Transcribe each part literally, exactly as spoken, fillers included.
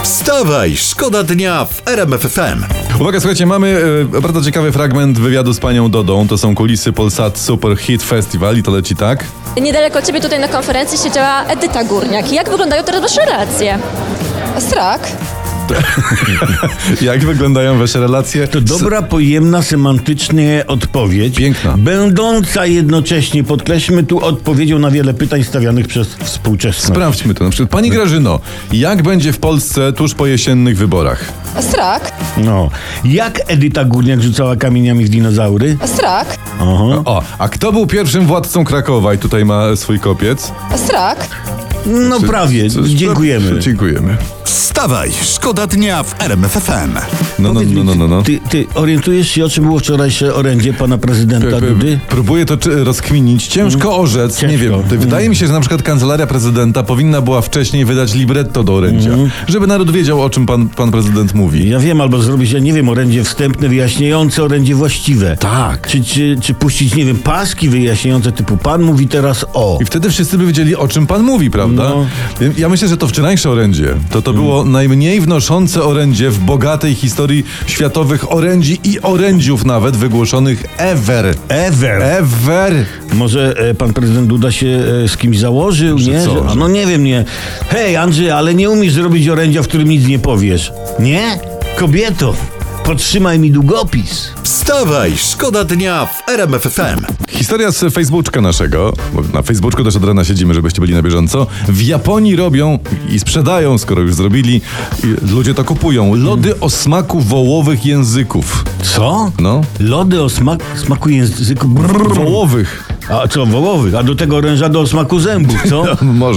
Wstawaj, szkoda dnia w R M F F M. Uwaga, słuchajcie, mamy e, bardzo ciekawy fragment wywiadu z panią Dodą. To są kulisy Polsat Super Hit Festival i to leci tak. Niedaleko ciebie tutaj na konferencji siedziała Edyta Górniak. Jak wyglądają teraz wasze relacje? Strak. Jak wyglądają wasze relacje? To dobra, pojemna, semantycznie odpowiedź. Piękna. Będąca jednocześnie, podkreślmy tu, odpowiedzią na wiele pytań stawianych przez współczesność. Sprawdźmy to. Na przykład, pani Grażyno, jak będzie w Polsce tuż po jesiennych wyborach? Strak. No. Jak Edyta Górniak rzucała kamieniami w dinozaury? Strak. Aha. O, a kto był pierwszym władcą Krakowa i tutaj ma swój kopiec? Strak. No prawie, Co- co- dziękujemy. Dziękujemy. Wstawaj, szkoda dnia w R M F F M. No, no, Powiedz mi, no, no, no. no. Ty, ty orientujesz się, o czym było wczorajsze orędzie pana prezydenta Dudy? Próbuję to czy- rozkminić. Ciężko orzec. Nie Ciężko. wiem. Wydaje mi się, że na przykład kancelaria prezydenta powinna była wcześniej wydać libretto do orędzia, żeby naród wiedział, o czym pan, pan prezydent mówi. Ja wiem, albo zrobić, ja nie wiem, orędzie wstępne, wyjaśniające, orędzie właściwe. Tak. Czy, czy, czy puścić, nie wiem, paski wyjaśniające typu pan mówi teraz o. I wtedy wszyscy by wiedzieli, o czym pan mówi, prawda? No. Ja myślę, że to wczorajsze orędzie, to to było najmniej wnoszące orędzie w bogatej historii światowych orędzi i orędziów nawet wygłoszonych ever. Ever. Ever. Może e, pan prezydent Duda się e, z kimś założył, Że nie? co, Że, że- no nie wiem, nie. Hej Andrzej, ale nie umiesz zrobić orędzia, w którym nic nie powiesz. Nie? Kobieto, podtrzymaj mi długopis. Wstawaj, szkoda dnia w R M F F M. Historia z Facebooka naszego, bo na Facebooku też od rana siedzimy, żebyście byli na bieżąco. W Japonii robią i sprzedają, skoro już zrobili, i ludzie to kupują, lody o smaku wołowych języków. Co? No. Lody o smak, smaku języku. Brrr. Wołowych. A co, wołowych? A do tego orężada o smaku zębów, co? Może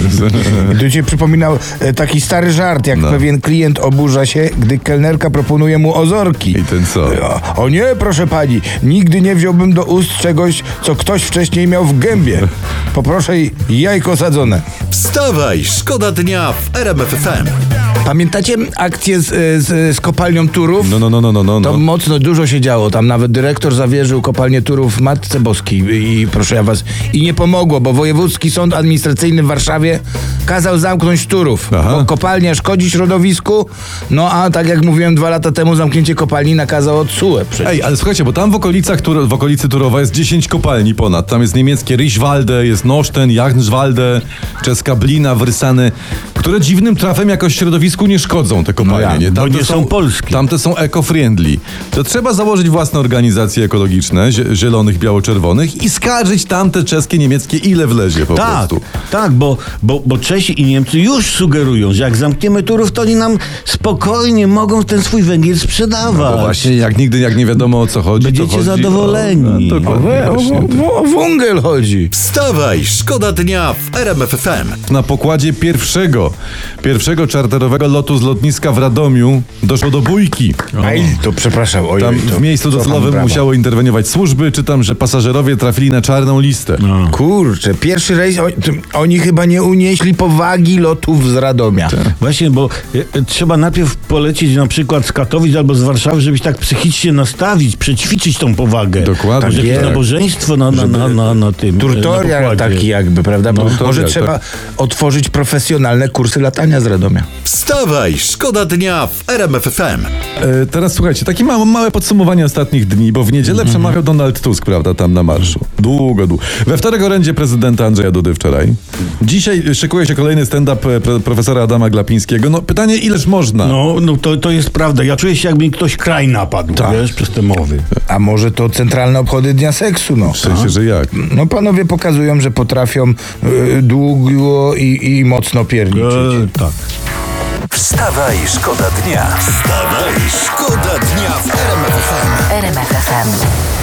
nie. To ci przypominał e, taki stary żart, jak No. pewien klient oburza się, gdy kelnerka proponuje mu ozorki. I ten co? O, o nie, proszę pani, nigdy nie wziąłbym do ust czegoś, co ktoś wcześniej miał w gębie. Poproszę jajko sadzone. Wstawaj, szkoda dnia w R M F F M. Pamiętacie akcję z, z, z kopalnią Turów? No, no, no, no, no, no. To mocno dużo się działo. Tam nawet dyrektor zawierzył kopalnię Turów Matce Boskiej i proszę ja was, i nie pomogło, bo Wojewódzki Sąd Administracyjny w Warszawie kazał zamknąć Turów, Aha. bo kopalnia szkodzi środowisku, no a tak jak mówiłem dwa lata temu, zamknięcie kopalni nakazał T S U E przecież. Ej, ale słuchajcie, bo tam w okolicach, Tur- w okolicy Turowa jest dziesięć kopalni ponad. Tam jest niemieckie Riechwalde, jest Noszten, Jagdwalde, czeska Blina, Wrysany, które dziwnym trafem jakoś środowisku nie szkodzą, te kopalnie. No jak? nie? Bo Tamte nie są polskie. Tamte są eco-friendly. To trzeba założyć własne organizacje ekologiczne, zie- zielonych, biało-czerwonych i skarżyć tamte czeskie, niemieckie, ile wlezie po Tak, prostu. tak, bo, bo, bo Czesi i Niemcy już sugerują, że jak zamkniemy Turów, to oni nam spokojnie mogą ten swój węgiel sprzedawać. Bo właśnie jak nigdy, jak nie wiadomo o co chodzi, Będziecie to chodzi zadowoleni. O, no, dokładnie, O, właśnie. o, o węgiel chodzi. Wstawaj, szkoda dnia w R M F F M. Na pokładzie pierwszego, pierwszego czarterowego lotu z lotniska w Radomiu doszło do bójki. Aj, to przepraszam, oj, Tam oj, to, w miejscu co pan docelowym brawo. musiały interweniować służby, czytam, że pasażerowie trafili na czarną listę. Kurczę, pierwszy rejs, oni, to, oni chyba nie unieśli powagi lotów z Radomia. Właśnie, bo e, e, trzeba najpierw polecieć na przykład z Katowic albo z Warszawy, żeby się tak psychicznie nastawić, przećwiczyć tą powagę. Dokładnie. Może jakieś Tak. nabożeństwo na, na, na, na, na tym. e, Tutorial na pokładzie. taki jakby, prawda? Bo tutorial, może trzeba tak. otworzyć profesjonalne kursy latania z Radomia. Wstawaj, szkoda dnia w R M F F M. E, teraz słuchajcie, takie małe, małe podsumowanie ostatnich dni, bo w niedzielę przemawiał Donald Tusk, prawda, tam na marszu. Długo, długo. We wtorek orędzie prezydenta Andrzeja Dudy wczoraj. Dzisiaj szykuje się kolejny stand-up e, pre- profesora Adama Glapińskiego. No pytanie, ileż można? No, no to, to jest prawda. Ja czuję się, jakby mi ktoś kraj napadł, Tak. wiesz, przez te mowy. A może to centralne obchody Dnia Seksu, no. W sensie, że jak? No panowie pokazują, że potrafią y, długo i, i mocno pierniczyć. E, tak. Wstawaj, szkoda dnia. Wstawaj, szkoda dnia w R M F F M. R M F F M.